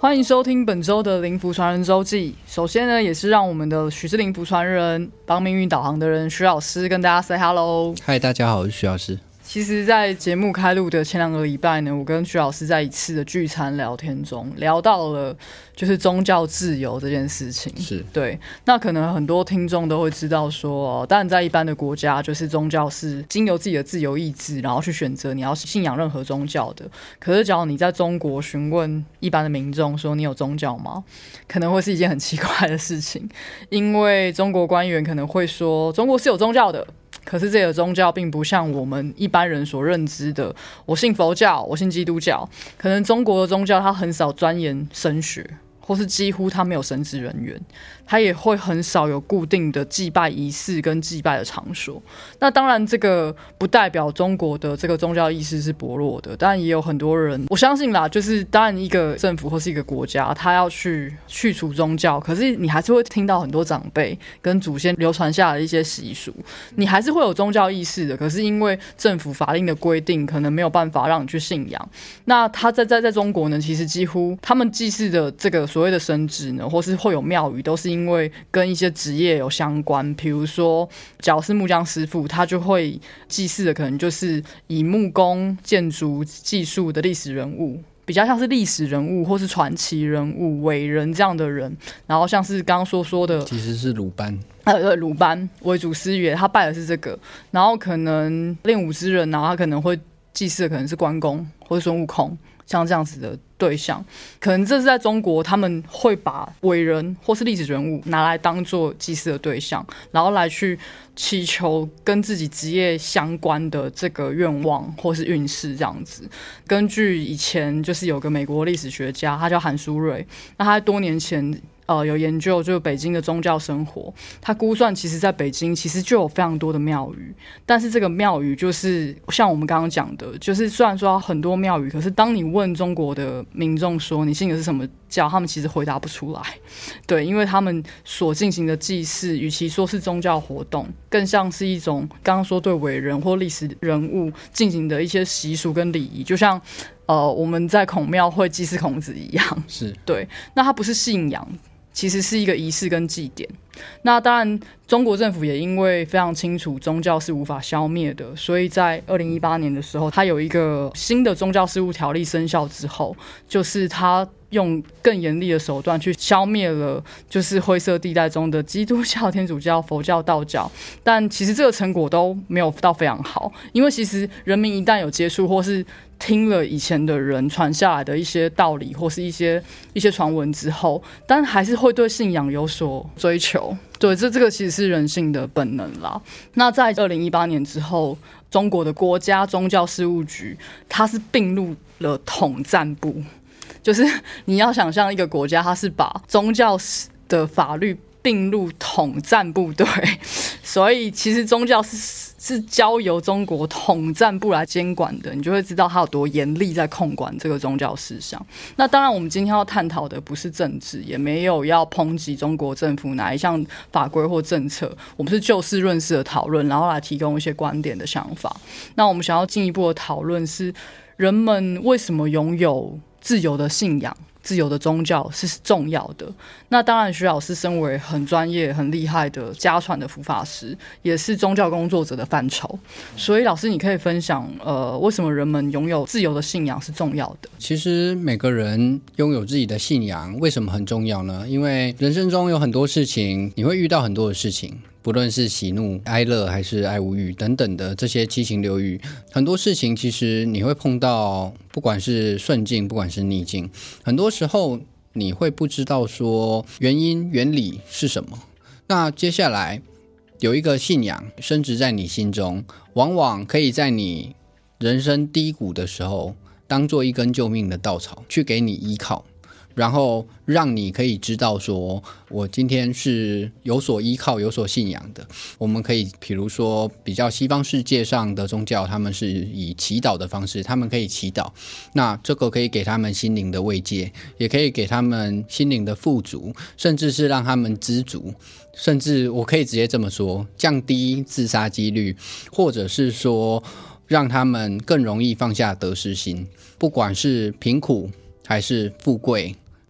欢迎收听本周的灵符传人周记。首先呢，也是让我们的许是灵符传人帮命运导航的人徐老师跟大家 say hello。 嗨，大家好，我是徐老师。 其实在节目开录的前2个礼拜呢，我跟徐老师在一次的聚餐聊天中聊到了就是宗教自由这件事情。 是对，那可能很多听众都会知道说，当然在一般的国家，就是宗教是经由自己的自由意志，然后去选择你要信仰任何宗教的。可是，假如你在中国询问一般的民众说你有宗教吗，可能会是一件很奇怪的事情，因为中国官员可能会说中国是有宗教的。可是这个宗教并不像我们一般人所认知的，我信佛教，我信基督教。可能中国的宗教它很少钻研神学，或是几乎它没有神职人员，它也会很少有固定的祭拜仪式跟祭拜的场所。那当然这个不代表中国的这个宗教意识是薄弱的，当然也有很多人，我相信啦，就是当然一个政府或是一个国家它要去除宗教，可是你还是会听到很多长辈跟祖先流传下来的一些习俗，你还是会有宗教意识的，可是因为政府法令的规定可能没有办法让你去信仰。那他在中国呢，其实几乎他们祭祀的这个所谓的神职呢，或是会有庙宇，都是因为跟一些职业有相关。比如说假如是木匠师傅，他就会祭祀的可能就是以木工、建筑技术的历史人物，比较像是历史人物或是传奇人物、伟人这样的人。然后像是刚刚说的， 其实是鲁班， 鲁班为祖师爷，他拜的是这个。然后可能练武之人，然后他可能会祭祀的可能是关公或是孙悟空，像这样子的对象。可能这是在中国他们会把伟人或是历史人物拿来当作祭祀的对象，然后来去祈求跟自己职业相关的这个愿望或是运势这样子。根据以前就是有个美国历史学家，他叫韩书瑞，那他多年前有研究就是北京的宗教生活，他估算其实在北京其实就有非常多的庙宇，但是这个庙宇就是像我们刚刚讲的，就是虽然说很多庙宇，可是当你问中国的民众说你信的是什么教，他们其实回答不出来。对，因为他们所进行的祭祀与其说是宗教活动，更像是一种刚刚说对伟人或历史人物进行的一些习俗跟礼仪，就像我们在孔庙会祭祀孔子一样。 是对，那它不是信仰，其实是一个仪式跟祭典。那当然中国政府也因为非常清楚宗教是无法消灭的，所以在2018年的时候，它有一个新的宗教事务条例生效之后，就是它用更严厉的手段去消灭了就是灰色地带中的基督教、天主教、佛教、道教。但其实这个成果都没有到非常好，因为其实人民一旦有接触或是听了以前的人传下来的一些道理或是一些传闻之后，但还是会对信仰有所追求。对，这个其实是人性的本能啦。那在2018年之后，中国的国家宗教事务局它是并入了统战部，就是你要想象一个国家，它是把宗教的法律并入统战部队，所以其实宗教是交由中国统战部来监管的，你就会知道它有多严厉在控管这个宗教事项。那当然我们今天要探讨的不是政治，也没有要抨击中国政府哪一项法规或政策，我们是就事论事的讨论，然后来提供一些观点的想法。那我们想要进一步的讨论是人们为什么拥有自由的信仰，自由的宗教是重要的。那当然徐老师身为很专业很厉害的家传的佛法师，也是宗教工作者的范畴，所以老师你可以分享为什么人们拥有自由的信仰是重要的。 其实每个人拥有自己的信仰为什么很重要呢？因为人生中有很多事情，你会遇到很多的事情，不论是喜怒哀乐还是爱无欲等等的这些七情六欲，很多事情其实你会碰到，不管是顺境不管是逆境，很多时候你会不知道说原因原理是什么。那接下来有一个信仰深植在你心中，往往可以在你人生低谷的时候当做一根救命的稻草去给你依靠，然后让你可以知道说我今天是有所依靠有所信仰的。我们可以比如说比较西方世界上的宗教，他们是以祈祷的方式，他们可以祈祷，那这个可以给他们心灵的慰藉，也可以给他们心灵的富足，甚至是让他们知足，甚至我可以直接这么说，降低自杀几率，或者是说让他们更容易放下得失心。不管是贫苦还是富贵，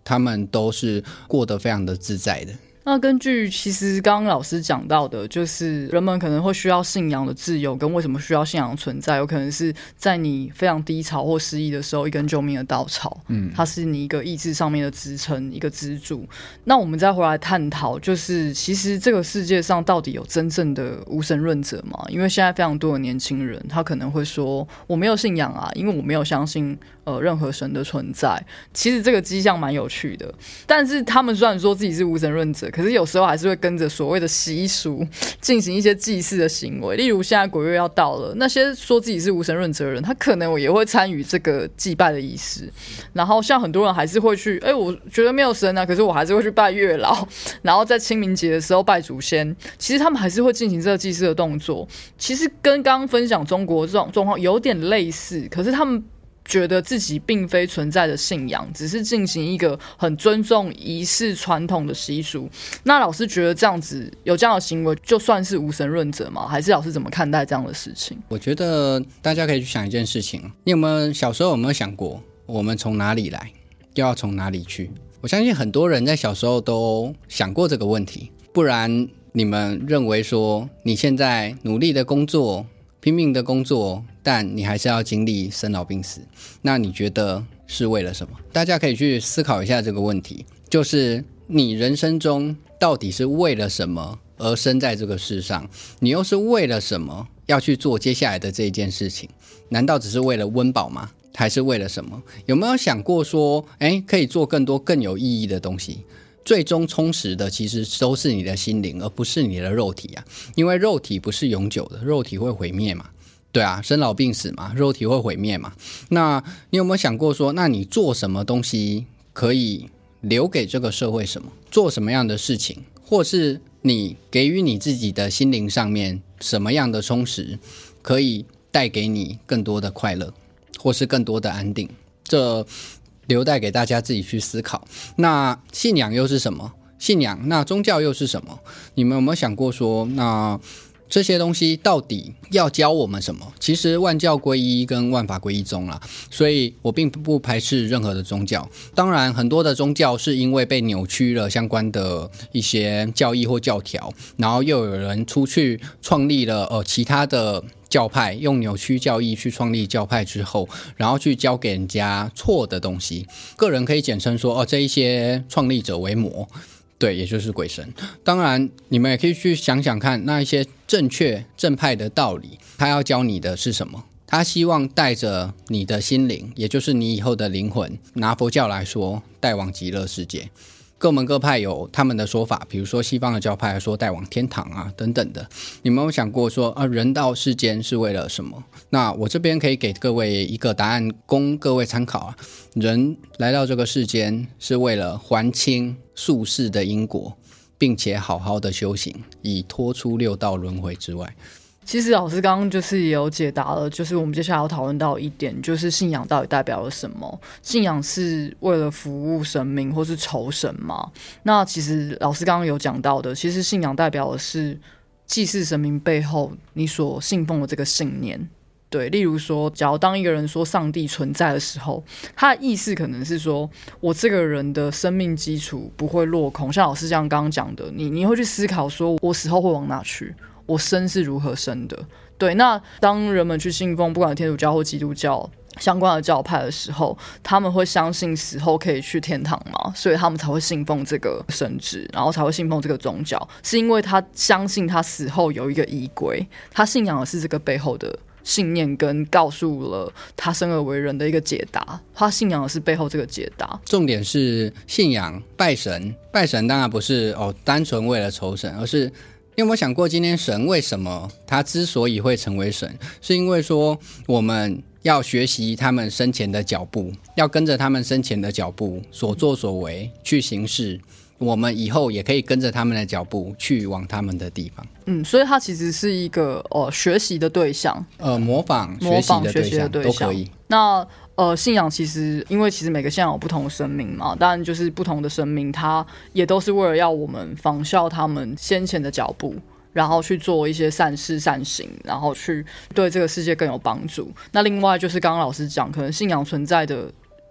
他们都是过得非常的自在的。 那根据其实刚刚老师讲到的，就是人们可能会需要信仰的自由，跟为什么需要信仰存在，有可能是在你非常低潮或失意的时候，一根救命的稻草，它是你一个意志上面的支撑，一个支柱。那我们再回来探讨，就是其实这个世界上到底有真正的无神论者吗？因为现在非常多的年轻人，他可能会说我没有信仰啊，因为我没有相信任何神的存在。其实这个迹象蛮有趣的，但是他们虽然说自己是无神论者，可是有时候还是会跟着所谓的习俗进行一些祭祀的行为。例如现在鬼月要到了，那些说自己是无神论者的人，他可能也会参与这个祭拜的仪式。然后像很多人还是会去，我觉得没有神啊，可是我还是会去拜月老，然后在清明节的时候拜祖先。其实他们还是会进行这个祭祀的动作，其实跟刚刚分享中国这种状况有点类似，可是他们觉得自己并非存在的信仰，只是进行一个很尊重仪式传统的习俗。那老师觉得这样子有这样的行为就算是无神论者吗？还是老师怎么看待这样的事情？ 我觉得大家可以去想一件事情，你有没有小时候有没有想过我们从哪里来又要从哪里去？我相信很多人在小时候都想过这个问题，不然你们认为说你现在努力的工作拼命的工作，但你还是要经历生老病死，那你觉得是为了什么？大家可以去思考一下这个问题，就是你人生中到底是为了什么而生在这个世上，你又是为了什么要去做接下来的这一件事情？难道只是为了温饱吗？还是为了什么？有没有想过说可以做更多更有意义的东西？最终充实的其实都是你的心灵，而不是你的肉体啊，因为肉体不是永久的，肉体会毁灭嘛，对啊，生老病死嘛，肉体会毁灭嘛。那你有没有想过说，那你做什么东西可以留给这个社会什么？做什么样的事情，或是你给予你自己的心灵上面什么样的充实，可以带给你更多的快乐，或是更多的安定？这留待给大家自己去思考。那信仰又是什么？信仰，那宗教又是什么？你们有没有想过说，那这些东西到底要教我们什么？其实万教归一跟万法归一宗啦，所以我并不排斥任何的宗教。当然很多的宗教是因为被扭曲了相关的一些教义或教条，然后又有人出去创立了其他的教派，用扭曲教义去创立教派之后，然后去教给人家错的东西。个人可以简称说这一些创立者为魔，对，也就是鬼神。当然你们也可以去想想看，那一些正确正派的道理，他要教你的是什么？他希望带着你的心灵，也就是你以后的灵魂，拿佛教来说，带往极乐世界。各门各派有他们的说法，比如说西方的教派说带往天堂啊等等的。你们有想过说人到世间是为了什么？那我这边可以给各位一个答案供各位参考啊。人来到这个世间是为了还清宿世的因果，并且好好的修行，以脱出六道轮回之外。 其实老师刚刚就是也有解答了，就是我们接下来要讨论到一点，就是信仰到底代表了什么？信仰是为了服务神明或是酬神吗？那其实老师刚刚有讲到的，其实信仰代表的是祭祀神明背后你所信奉的这个信念。对，例如说，假如当一个人说上帝存在的时候，他的意思可能是说，我这个人的生命基础不会落空。像老师这样刚刚讲的，你会去思考说，我死后会往哪去？我生是如何生的？对，那当人们去信奉不管天主教或基督教相关的教派的时候，他们会相信死后可以去天堂吗？所以他们才会信奉这个神职，然后才会信奉这个宗教，是因为他相信他死后有一个依归，他信仰的是这个背后的信念，跟告诉了他生而为人的一个解答，他信仰的是背后这个解答。 重点是信仰拜神，拜神当然不是单纯为了酬神，而是你有没有想过，今天神为什么他之所以会成为神，是因为说我们要学习他们生前的脚步，要跟着他们生前的脚步所作所为去行事，我们以后也可以跟着他们的脚步去往他们的地方。 所以它其实是一个学习的对象， 模仿学习的对象都可以。 那信仰其实因为其实每个信仰有不同的生命嘛，当然就是不同的生命，它也都是为了要我们仿效他们先前的脚步，然后去做一些善事善行，然后去对这个世界更有帮助。那另外就是刚刚老师讲，可能信仰存在的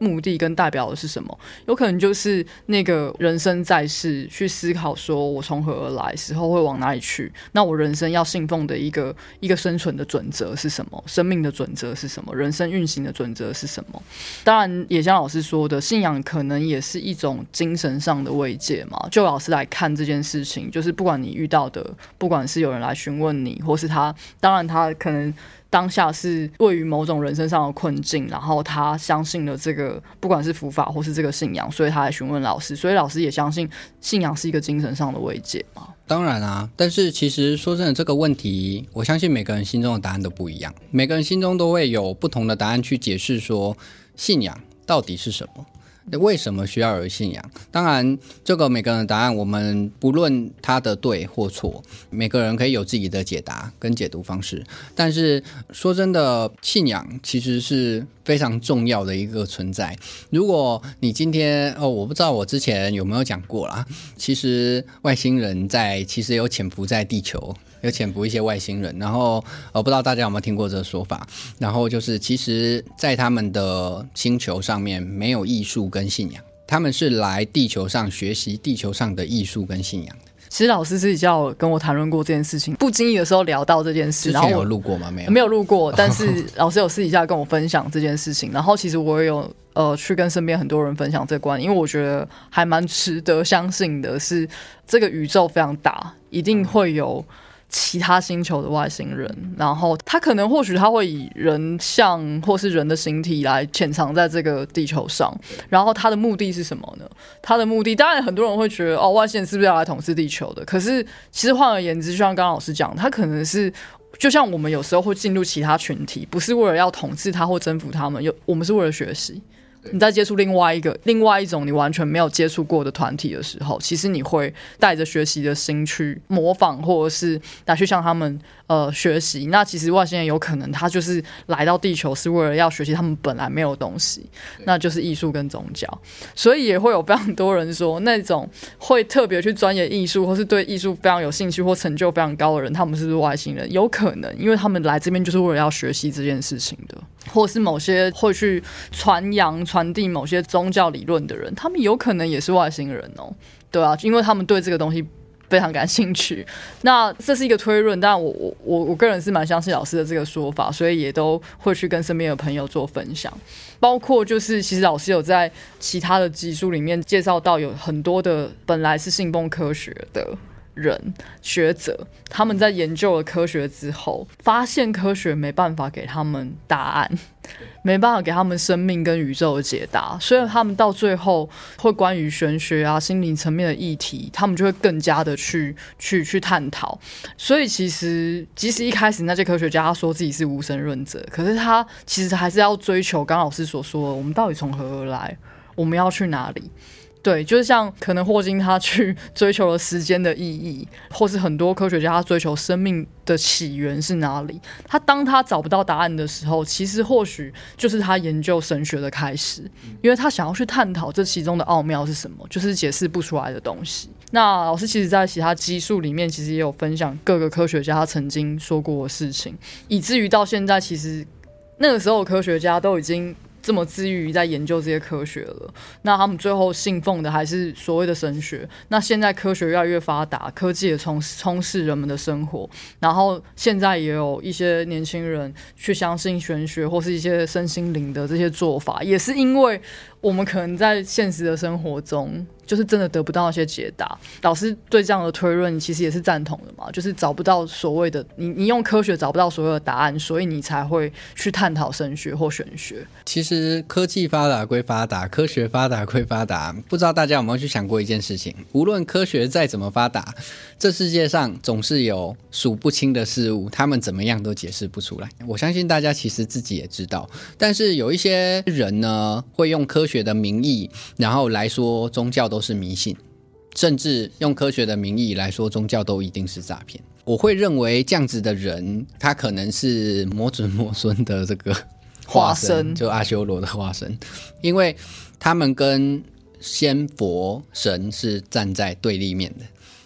目的跟代表的是什么？有可能就是那个人生在世去思考说我从何而来，死后会往哪里去，那我人生要信奉的一个生存的准则是什么，生命的准则是什么，人生运行的准则是什么。当然也像老师说的，信仰可能也是一种精神上的慰藉嘛。就老师来看这件事情，就是不管你遇到的，不管是有人来询问你，或是他，当然他可能当下是位于某种人生上的困境，然后他相信了这个不管是佛法或是这个信仰，所以他来询问老师，所以老师也相信信仰是一个精神上的慰藉嘛。 当然啊，但是其实说真的，这个问题我相信每个人心中的答案都不一样，每个人心中都会有不同的答案去解释说信仰到底是什么，为什么需要有信仰。当然这个每个人的答案我们不论他的对或错，每个人可以有自己的解答跟解读方式，但是说真的，信仰其实是非常重要的一个存在。如果你今天我不知道我之前有没有讲过啦，其实外星人其实有潜伏在地球，有潜伏一些外星人，然后不知道大家有没有听过这个说法，然后就是其实在他们的星球上面没有艺术跟信仰，他们是来地球上学习地球上的艺术跟信仰的。 其实老师自己叫我跟我谈论过这件事情，不经意的时候聊到这件事。 之前有录过吗？ 没有录过，但是老师有私底下跟我分享这件事情。然后其实我也有去跟身边很多人分享这个观点，因为我觉得还蛮值得相信的是，这个宇宙非常大，一定会有其他星球的外星人，然后他可能或许他会以人像或是人的形体来潜藏在这个地球上，然后他的目的是什么呢？他的目的当然很多人会觉得外星人是不是要来统治地球的，可是其实换而言之，就像刚刚老师讲，他可能是就像我们有时候会进入其他群体，不是为了要统治他或征服他们，我们是为了学习。你在接触另外一种你完全没有接触过的团体的时候，其实你会带着学习的心去模仿，或者是来去向他们学习。那其实外星人有可能他就是来到地球是为了要学习他们本来没有的东西，那就是艺术跟宗教。所以也会有非常多人说，那种会特别去钻研艺术或是对艺术非常有兴趣或成就非常高的人，他们是不是外星人？有可能，因为他们来这边就是为了要学习这件事情的，或是某些会去传递某些宗教理论的人，他们有可能也是外星人哦。对啊，因为他们对这个东西非常感兴趣。那这是一个推论，但我个人是蛮相信老师的这个说法，所以也都会去跟身边的朋友做分享。包括就是其实老师有在其他的集数里面介绍到，有很多的本来是信奉科学的人学者，他们在研究了科学之后，发现科学没办法给他们答案，没办法给他们生命跟宇宙的解答，所以他们到最后会关于玄学啊心灵层面的议题，他们就会更加的去探讨。所以其实即使一开始那些科学家他说自己是无神论者，可是他其实还是要追求刚刚老师所说的，我们到底从何而来，我们要去哪里。对，就是像可能霍金他去追求了时间的意义，或是很多科学家他追求生命的起源是哪里。当他找不到答案的时候，其实或许就是他研究神学的开始，因为他想要去探讨这其中的奥妙是什么，就是解释不出来的东西。那老师其实在其他集数里面其实也有分享各个科学家他曾经说过的事情，以至于到现在其实那个时候科学家都已经这么自愈在研究这些科学了，那他们最后信奉的还是所谓的神学。那现在科学越来越发达，科技也充斥人们的生活，然后现在也有一些年轻人去相信玄学或是一些身心灵的这些做法，也是因为我们可能在现实的生活中就是真的得不到一些解答。老师对这样的推论其实也是赞同的嘛，就是找不到所谓的你用科学找不到所有的答案，所以你才会去探讨神学或玄学。 其实科技发达归发达，科学发达归发达，不知道大家有没有去想过一件事情，无论科学再怎么发达，这世界上总是有数不清的事物，他们怎么样都解释不出来。我相信大家其实自己也知道，但是有一些人呢会用科学的名义然后来说宗教都是迷信，甚至用科学的名义来说宗教都一定是诈骗。我会认为这样子的人他可能是魔子魔孙的这个化身，就阿修罗的化身，因为他们跟仙佛神是站在对立面的。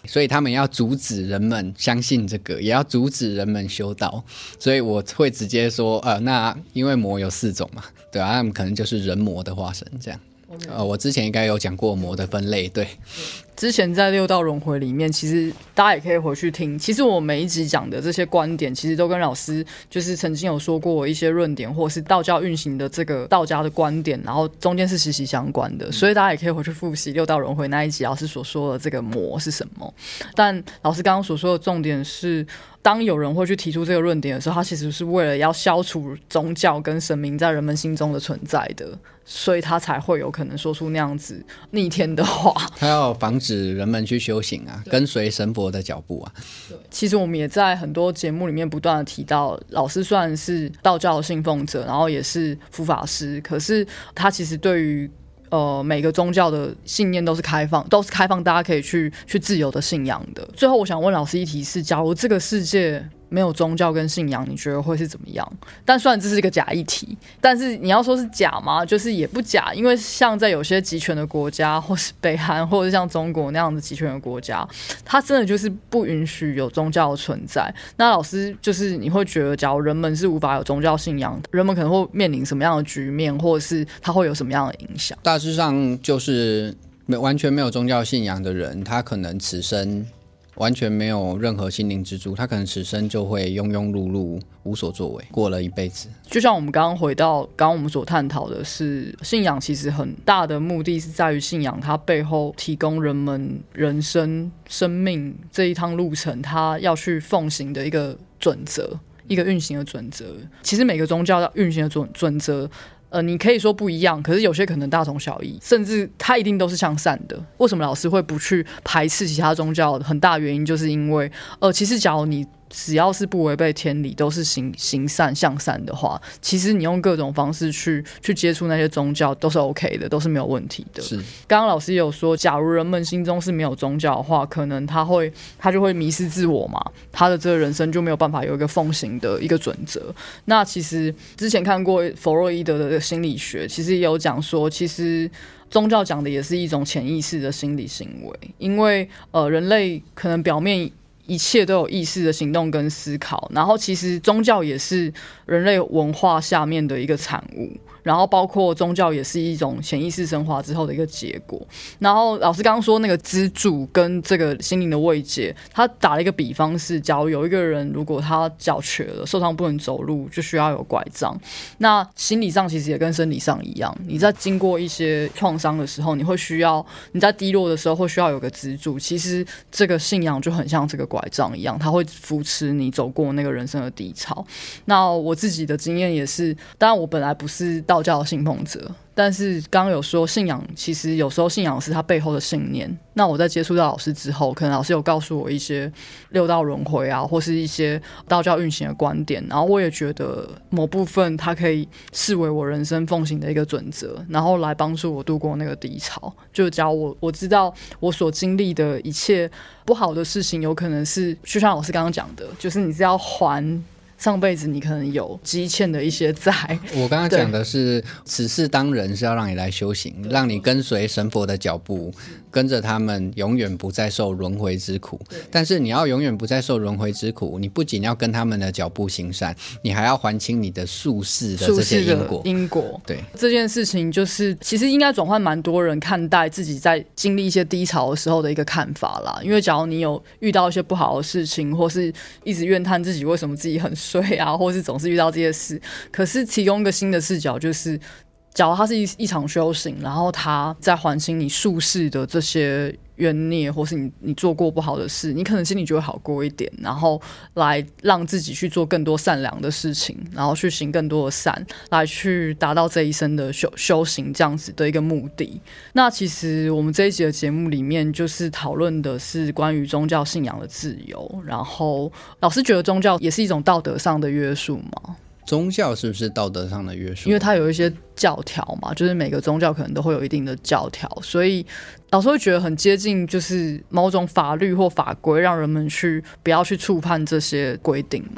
所以他们要阻止人们相信这个，也要阻止人们修道，所以我会直接说那因为魔有4种嘛，对啊，他们可能就是人魔的化身这样。我之前应该有讲过魔的分类，对。 之前在6道轮回里面，其实大家也可以回去听。其实我每一集讲的这些观点，其实都跟老师就是曾经有说过一些论点，或是道教运行的这个道家的观点，然后中间是息息相关的。所以大家也可以回去复习6道轮回那一集老师所说的这个魔是什么。但老师刚刚所说的重点是，当有人会去提出这个论点的时候，他其实是为了要消除宗教跟神明在人们心中的存在的，所以他才会有可能说出那样子逆天的话。 他要防止人们去修行啊，跟随神佛的脚步啊。 其实我们也在很多节目里面不断的提到，老师虽然是道教的信奉者，然后也是佛法师，可是他其实对于每个宗教的信念都是开放，大家可以去自由的信仰的。最后我想问老师一题是，假如这个世界没有宗教跟信仰，你觉得会是怎么样？但虽然这是一个假议题，但是你要说是假吗？就是也不假，因为像在有些集权的国家，或是北韩，或者像中国那样的集权的国家，它真的就是不允许有宗教的存在。那老师就是你会觉得，假如人们是无法有宗教信仰，人们可能会面临什么样的局面，或者是它会有什么样的影响？ 大致上就是完全没有宗教信仰的人，他可能此生完全没有任何心灵支柱，他可能此生就会庸庸碌碌无所作为，过了一辈子。 就像我们刚刚回到刚刚我们所探讨的是，信仰其实很大的目的是在于信仰它背后提供人们人生生命这一趟路程它要去奉行的一个准则，一个运行的准则。其实每个宗教要运行的准则你可以说不一样，可是有些可能大同小异，甚至它一定都是向善的。为什么老师会不去排斥其他宗教？很大原因就是因为其实假如你只要是不违背天理，都是行善向善的话，其实你用各种方式去接触那些宗教都是 OK 的，都是没有问题的。是，刚刚老师也有说，假如人们心中是没有宗教的话，可能他就会迷失自我嘛，他的这个人生就没有办法有一个奉行的一个准则。那其实之前看过弗洛伊德的心理学，其实也有讲说，其实宗教讲的也是一种潜意识的心理行为，因为人类可能表面一切都有意识的行动跟思考，然后其实宗教也是人类文化下面的一个产物，然后包括宗教也是一种潜意识升华之后的一个结果。然后老师刚刚说那个支柱跟这个心灵的慰藉，他打了一个比方是，假如有一个人如果他脚瘸了，受伤不能走路，就需要有拐杖。那心理上其实也跟生理上一样，你在经过一些创伤的时候，你在低落的时候会需要有个支柱。其实这个信仰就很像这个拐杖一样，它会扶持你走过那个人生的低潮。那我自己的经验也是，当然我本来不是道教的信奉者，但是刚刚有说信仰其实有时候信仰是它背后的信念。那我在接触到老师之后，可能老师有告诉我一些6道轮回啊，或是一些道教运行的观点，然后我也觉得某部分它可以视为我人生奉行的一个准则，然后来帮助我度过那个低潮。就假如我知道我所经历的一切不好的事情，有可能是就像老师刚刚讲的，就是你是要还上辈子你可能有积欠的一些债。 我刚刚讲的是此世当人是要让你来修行，让你跟随神佛的脚步，跟着他们永远不再受轮回之苦。但是你要永远不再受轮回之苦，你不仅要跟他们的脚步行善，你还要还清你的宿世的这些因果。对， 这件事情就是其实应该转换蛮多人看待自己在经历一些低潮的时候的一个看法啦。因为假如你有遇到一些不好的事情，或是一直怨叹自己为什么自己很衰啊，或是总是遇到这些事，可是提供一个新的视角，就是假如它是一场修行，然后它在还清你宿世的这些冤孽，或是你做过不好的事，你可能心里就会好过一点，然后来让自己去做更多善良的事情，然后去行更多的善，来去达到这一生的修行这样子的一个目的。那其实我们这一集的节目里面就是讨论的是关于宗教信仰的自由，然后老师觉得宗教也是一种道德上的约束吗？ 宗教是不是道德上的约束？ 因为它有一些教条嘛，就是每个宗教可能都会有一定的教条，所以老师会觉得很接近就是某种法律或法规，让人们不要去触犯这些规定嘛。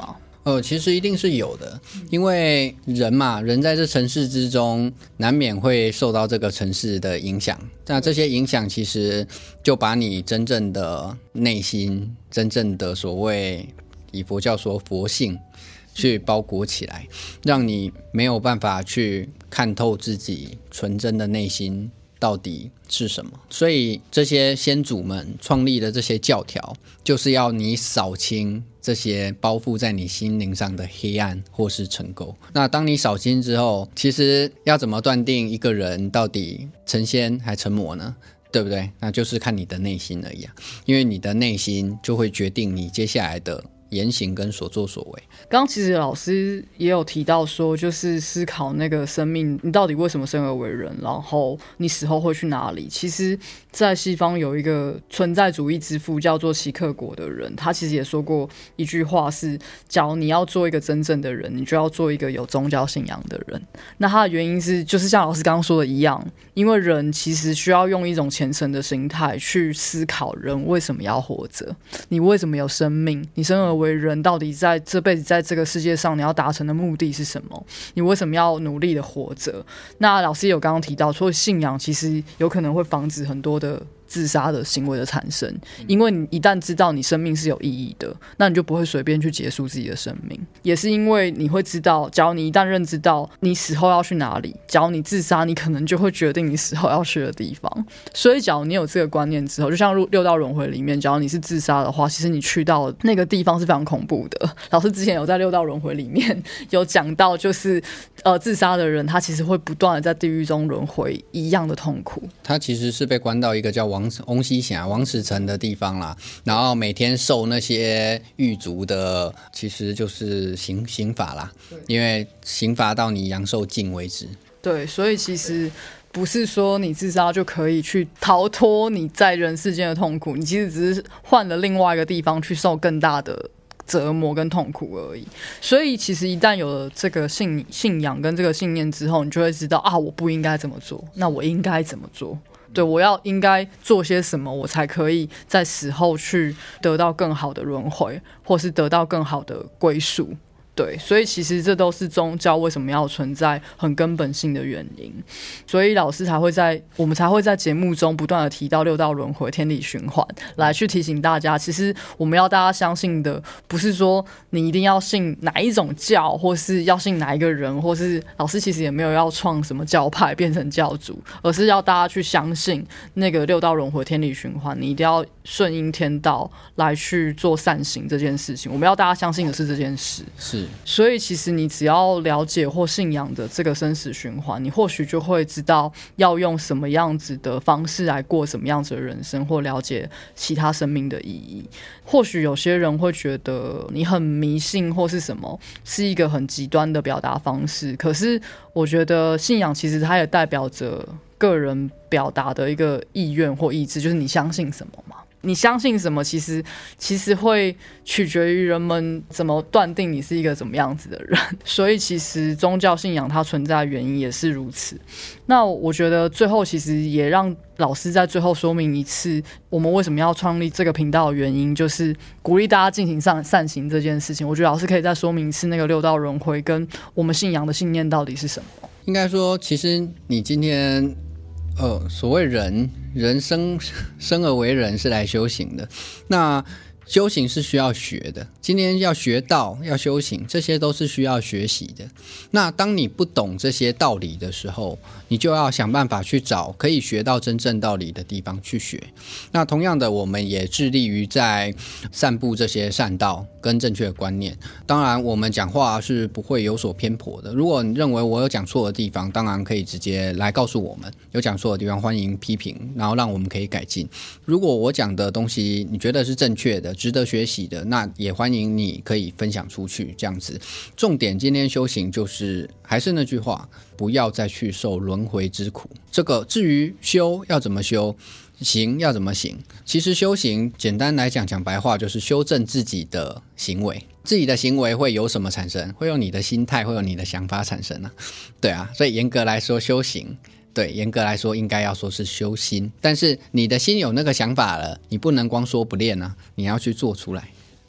其实一定是有的，因为人嘛，人在这城市之中，难免会受到这个城市的影响。那这些影响其实就把你真正的内心，真正的所谓以佛教说佛性去包裹起来，让你没有办法去看透自己纯真的内心到底是什么。所以这些先祖们创立的这些教条，就是要你扫清这些包覆在你心灵上的黑暗或是尘垢。那当你扫清之后，其实要怎么断定一个人到底成仙还成魔呢？对不对？那就是看你的内心而已啊，因为你的内心就会决定你接下来的言行跟所作所为。 刚刚其实老师也有提到说，就是思考那个生命，你到底为什么生而为人，然后你死后会去哪里。其实在西方有一个存在主义之父叫做齐克果的人，他其实也说过一句话是，假如你要做一个真正的人，你就要做一个有宗教信仰的人。那他的原因是就是像老师刚刚说的一样，因为人其实需要用一种虔诚的心态去思考人为什么要活着，你为什么有生命，你生而为人到底在这辈子在这个世界上你要达成的目的是什么，你为什么要努力的活着。那老师也有刚刚提到说，信仰其实有可能会防止很多的自杀的行为的产生，因为你一旦知道你生命是有意义的，那你就不会随便去结束自己的生命。也是因为你会知道，假如你一旦认知到你死后要去哪里，假如你自杀，你可能就会决定你死后要去的地方。所以假如你有这个观念之后，就像六道轮回里面，假如你是自杀的话，其实你去到那个地方是非常恐怖的。老师之前有在六道轮回里面有讲到，就是自杀的人他其实会不断的在地狱中轮回一样的痛苦。 他其实是被关到一个叫翁西峡王死城的地方啦，然后每天受那些狱卒的其实就是刑罚啦，因为刑罚到你阳寿尽为止。 对，所以其实不是说你自杀就可以去逃脱你在人世间的痛苦，你其实只是换了另外一个地方去受更大的折磨跟痛苦而已。所以其实一旦有了这个信仰跟这个信念之后，你就会知道啊，我不应该这么做，那我应该怎么做？对，我应该做些什么，我才可以在死后去得到更好的轮回，或是得到更好的归属。对，所以其实这都是宗教为什么要存在很根本性的原因。所以老师我们才会在节目中不断的提到六道轮回、天理循环，来去提醒大家，其实我们要大家相信的不是说你一定要信哪一种教，或是要信哪一个人，或是老师其实也没有要创什么教派变成教主，而是要大家去相信那个六道轮回、天理循环，你一定要顺应天道来去做善行这件事情。我们要大家相信的是这件事。 是， 所以其实你只要了解或信仰的这个生死循环，你或许就会知道要用什么样子的方式来过什么样子的人生，或了解其他生命的意义。或许有些人会觉得你很迷信或是什么，是一个很极端的表达方式，可是我觉得信仰其实它也代表着个人表达的一个意愿或意志，就是你相信什么嘛。你相信什么其实会取决于人们怎么断定你是一个怎么样子的人，所以其实宗教信仰它存在的原因也是如此。那我觉得最后其实也让老师在最后说明一次我们为什么要创立这个频道的原因，就是鼓励大家进行善行这件事情。我觉得老师可以再说明一次那个六道轮回跟我们信仰的信念到底是什么。 应该说其实你今天所谓人生而为人是来修行的，那修行是需要学的，今天要学道要修行，这些都是需要学习的。那当你不懂这些道理的时候，你就要想办法去找可以学到真正道理的地方去学。那同样的，我们也致力于在散布这些善道跟正确的观念。当然我们讲话是不会有所偏颇的，如果你认为我有讲错的地方，当然可以直接来告诉我们，有讲错的地方欢迎批评，然后让我们可以改进。如果我讲的东西你觉得是正确的值得学习的，那也欢迎你可以分享出去，这样子。重点今天修行就是还是那句话，不要再去受轮回之苦。这个至于修要怎么修，行要怎么行，其实修行简单来讲，讲白话就是修正自己的行为。自己的行为会有什么产生？会有你的心态，会有你的想法产生啊。对啊，所以严格来说修行，对，严格来说应该要说是修心，但是你的心有那个想法了，你不能光说不练啊，你要去做出来。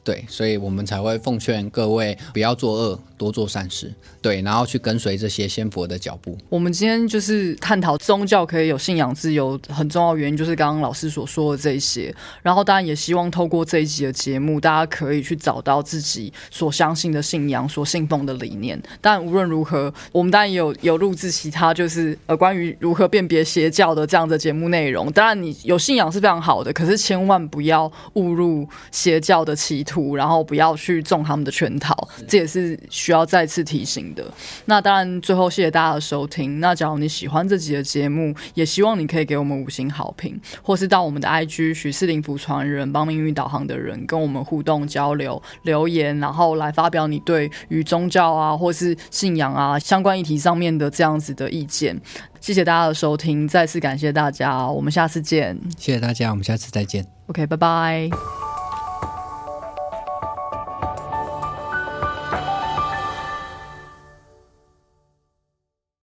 对，所以我们才会奉劝各位不要做恶，多做善事，对，然后去跟随这些先佛的脚步。 我们今天就是探讨宗教可以有信仰自由很重要的原因，就是刚刚老师所说的这些。然后当然也希望透过这一集的节目，大家可以去找到自己所相信的信仰、所信奉的理念。但无论如何，我们当然也有录制其他就是关于如何辨别邪教的这样的节目内容。当然你有信仰是非常好的，可是千万不要误入邪教的歧途，然后不要去中他们的圈套，这也是需要再次提醒的。那当然最后谢谢大家的收听。那假如你喜欢这集的节目，也希望你可以给我们5星好评，或是到我们的 IG 许是灵符传人帮命运导航的人跟我们互动交流留言，然后来发表你对于宗教啊或是信仰啊相关议题上面的这样子的意见。谢谢大家的收听，再次感谢大家，我们下次见。 谢谢大家，我们下次再见。 OK， 拜拜。